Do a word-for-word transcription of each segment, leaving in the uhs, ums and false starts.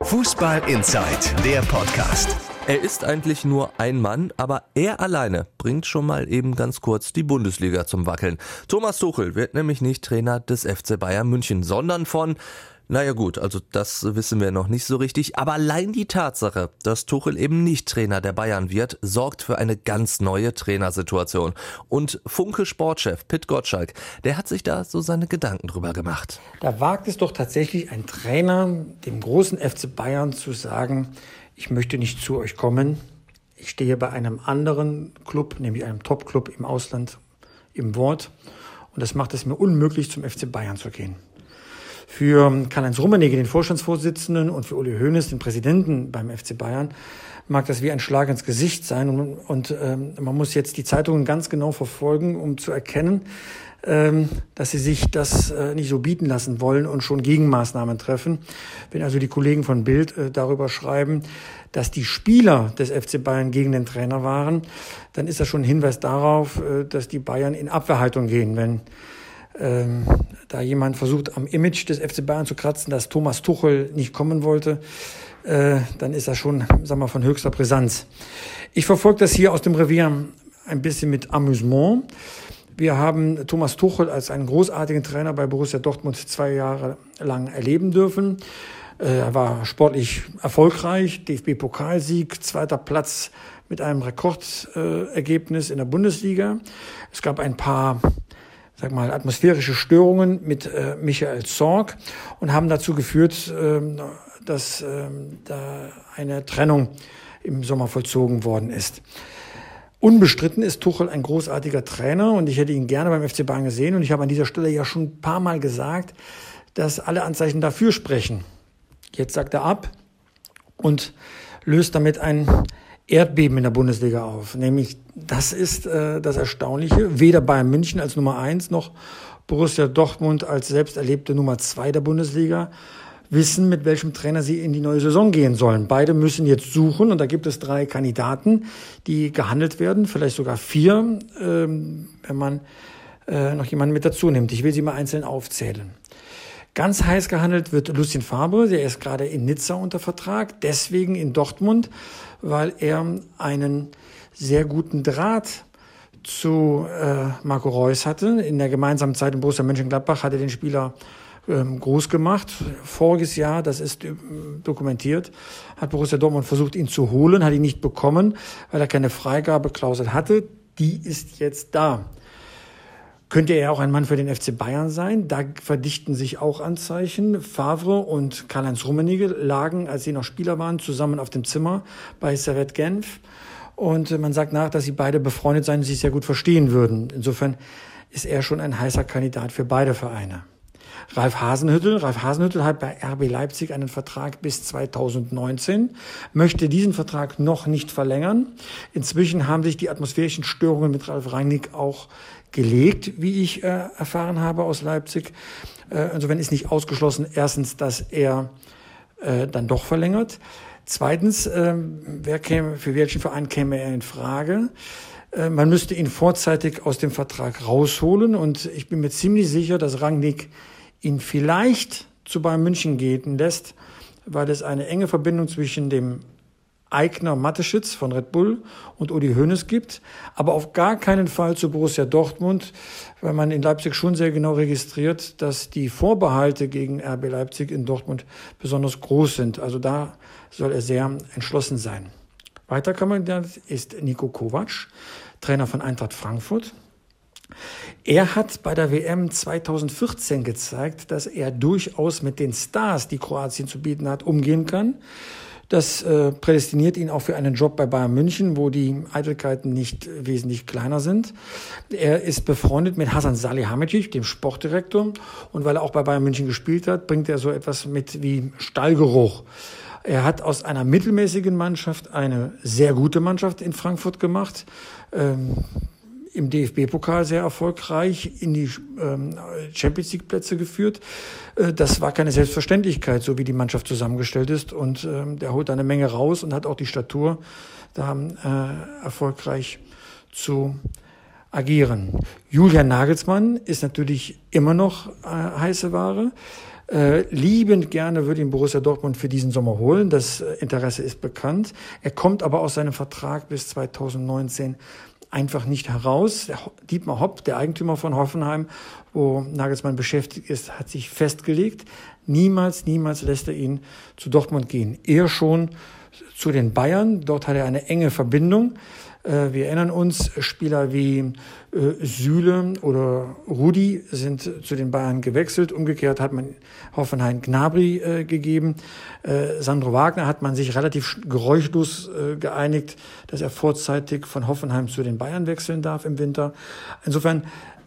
Fußball Inside, der Podcast. Er ist eigentlich nur ein Mann, aber er alleine bringt schon mal eben ganz kurz die Bundesliga zum Wackeln. Thomas Tuchel wird nämlich nicht Trainer des F C Bayern München, sondern von... Naja gut, also das wissen wir noch nicht so richtig, aber allein die Tatsache, dass Tuchel eben nicht Trainer der Bayern wird, sorgt für eine ganz neue Trainersituation. Und Funke-Sportchef Pit Gottschalk, der hat sich da so seine Gedanken drüber gemacht. Da wagt es doch tatsächlich ein Trainer, dem großen F C Bayern zu sagen, ich möchte nicht zu euch kommen, ich stehe bei einem anderen Club, nämlich einem Top-Club im Ausland, im Wort. Und das macht es mir unmöglich, zum F C Bayern zu gehen. Für Karl-Heinz Rummenigge, den Vorstandsvorsitzenden, und für Uli Hoeneß, den Präsidenten beim F C Bayern, mag das wie ein Schlag ins Gesicht sein. Und, und ähm, man muss jetzt die Zeitungen ganz genau verfolgen, um zu erkennen, ähm, dass sie sich das äh, nicht so bieten lassen wollen und schon Gegenmaßnahmen treffen. Wenn also die Kollegen von Bild äh, darüber schreiben, dass die Spieler des F C Bayern gegen den Trainer waren, dann ist das schon ein Hinweis darauf, äh, dass die Bayern in Abwehrhaltung gehen, wenn Ähm, da jemand versucht, am Image des F C Bayern zu kratzen, dass Thomas Tuchel nicht kommen wollte, äh, dann ist das schon, sagen wir mal, von höchster Brisanz. Ich verfolge das hier aus dem Revier ein bisschen mit Amüsement. Wir haben Thomas Tuchel als einen großartigen Trainer bei Borussia Dortmund zwei Jahre lang erleben dürfen. Äh, er war sportlich erfolgreich, D F B-Pokalsieg, zweiter Platz mit einem Rekordergebnis äh, in der Bundesliga. Es gab ein paar sag mal, atmosphärische Störungen mit äh, Michael Zorc und haben dazu geführt, ähm, dass ähm, da eine Trennung im Sommer vollzogen worden ist. Unbestritten ist Tuchel ein großartiger Trainer und ich hätte ihn gerne beim F C Bayern gesehen und ich habe an dieser Stelle ja schon ein paar Mal gesagt, dass alle Anzeichen dafür sprechen. Jetzt sagt er ab und löst damit ein Erdbeben in der Bundesliga auf. Nämlich, das ist äh, das Erstaunliche. Weder Bayern München als Nummer eins noch Borussia Dortmund als selbst erlebte Nummer zwei der Bundesliga wissen, mit welchem Trainer sie in die neue Saison gehen sollen. Beide müssen jetzt suchen und da gibt es drei Kandidaten, die gehandelt werden, vielleicht sogar vier, ähm, wenn man äh, noch jemanden mit dazu nimmt. Ich will sie mal einzeln aufzählen. Ganz heiß gehandelt wird Lucien Favre, der ist gerade in Nizza unter Vertrag, deswegen in Dortmund, weil er einen sehr guten Draht zu äh, Marco Reus hatte. In der gemeinsamen Zeit in Borussia Mönchengladbach hat er den Spieler ähm, groß gemacht. Voriges Jahr, das ist äh, dokumentiert, hat Borussia Dortmund versucht, ihn zu holen, hat ihn nicht bekommen, weil er keine Freigabeklausel hatte. Die ist jetzt da. Könnte er auch ein Mann für den F C Bayern sein? Da verdichten sich auch Anzeichen. Favre und Karl-Heinz Rummenigge lagen, als sie noch Spieler waren, zusammen auf dem Zimmer bei Servette Genf. Und man sagt nach, dass sie beide befreundet seien und sich sehr gut verstehen würden. Insofern ist er schon ein heißer Kandidat für beide Vereine. Ralf Hasenhüttl. Ralf Hasenhüttl hat bei R B Leipzig einen Vertrag bis zweitausendneunzehn, möchte diesen Vertrag noch nicht verlängern. Inzwischen haben sich die atmosphärischen Störungen mit Ralf Rangnick auch gelegt, wie ich äh, erfahren habe aus Leipzig. Äh, insofern ist nicht ausgeschlossen, erstens, dass er äh, dann doch verlängert. Zweitens, äh, wer käme, für welchen Verein käme er in Frage? Äh, man müsste ihn vorzeitig aus dem Vertrag rausholen und ich bin mir ziemlich sicher, dass Rangnick ihn vielleicht zu Bayern München gehen lässt, weil es eine enge Verbindung zwischen dem Aigner Mateschitz von Red Bull und Uli Hoeneß gibt, aber auf gar keinen Fall zu Borussia Dortmund, weil man in Leipzig schon sehr genau registriert, dass die Vorbehalte gegen R B Leipzig in Dortmund besonders groß sind. Also da soll er sehr entschlossen sein. Weiter Kandidat ist Niko Kovac, Trainer von Eintracht Frankfurt. Er hat bei der W M zweitausendvierzehn gezeigt, dass er durchaus mit den Stars, die Kroatien zu bieten hat, umgehen kann. Das äh, prädestiniert ihn auch für einen Job bei Bayern München, wo die Eitelkeiten nicht wesentlich kleiner sind. Er ist befreundet mit Hasan Salihamidzic, dem Sportdirektor. Und weil er auch bei Bayern München gespielt hat, bringt er so etwas mit wie Stallgeruch. Er hat aus einer mittelmäßigen Mannschaft eine sehr gute Mannschaft in Frankfurt gemacht. Ähm, im D F B-Pokal sehr erfolgreich in die ähm, Champions-League-Plätze geführt. Äh, das war keine Selbstverständlichkeit, so wie die Mannschaft zusammengestellt ist. Und ähm, der holt eine Menge raus und hat auch die Statur, da äh, erfolgreich zu agieren. Julian Nagelsmann ist natürlich immer noch äh, heiße Ware. Äh, liebend gerne würde ihn Borussia Dortmund für diesen Sommer holen. Das Interesse ist bekannt. Er kommt aber aus seinem Vertrag bis zweitausendneunzehn einfach nicht heraus. Der Dietmar Hopp, der Eigentümer von Hoffenheim, wo Nagelsmann beschäftigt ist, hat sich festgelegt. Niemals, niemals lässt er ihn zu Dortmund gehen. Eher schon zu den Bayern. Dort hat er eine enge Verbindung. Wir erinnern uns, Spieler wie Süle oder Rudi sind zu den Bayern gewechselt. Umgekehrt hat man Hoffenheim Gnabry gegeben. Sandro Wagner hat man sich relativ geräuschlos geeinigt, dass er vorzeitig von Hoffenheim zu den Bayern wechseln darf im Winter. Insofern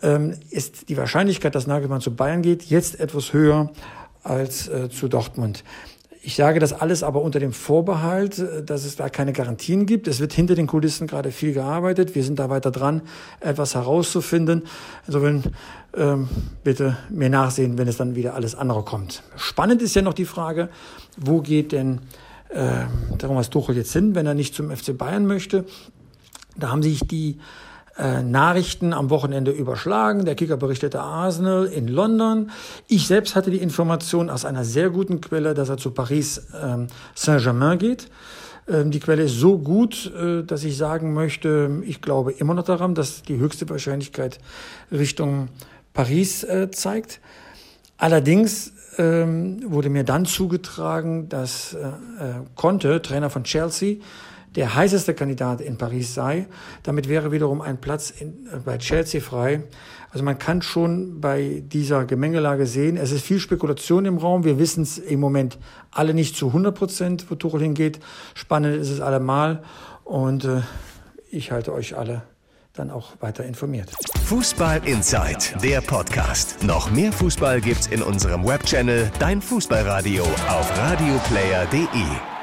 ist die Wahrscheinlichkeit, dass Nagelsmann zu Bayern geht, jetzt etwas höher als zu Dortmund. Ich sage das alles aber unter dem Vorbehalt, dass es da keine Garantien gibt. Es wird hinter den Kulissen gerade viel gearbeitet. Wir sind da weiter dran, etwas herauszufinden. Insofern ähm, bitte mir nachsehen, wenn es dann wieder alles andere kommt. Spannend ist ja noch die Frage, wo geht denn äh, Thomas Tuchel jetzt hin, wenn er nicht zum F C Bayern möchte? Da haben sich die Äh, Nachrichten am Wochenende überschlagen. Der Kicker berichtete Arsenal in London. Ich selbst hatte die Information aus einer sehr guten Quelle, dass er zu Paris ähm, Saint-Germain geht. Ähm, die Quelle ist so gut, äh, dass ich sagen möchte, ich glaube immer noch daran, dass die höchste Wahrscheinlichkeit Richtung Paris äh, zeigt. Allerdings ähm, wurde mir dann zugetragen, dass äh, Conte, Trainer von Chelsea, der heißeste Kandidat in Paris sei. Damit wäre wiederum ein Platz in, bei Chelsea frei. Also man kann schon bei dieser Gemengelage sehen, es ist viel Spekulation im Raum. Wir wissen es im Moment alle nicht zu hundert Prozent, wo Tuchel hingeht. Spannend ist es allemal. Und äh, ich halte euch alle dann auch weiter informiert. Fußball Inside, der Podcast. Noch mehr Fußball gibt's in unserem Webchannel Dein Fußballradio auf radioplayer punkt de.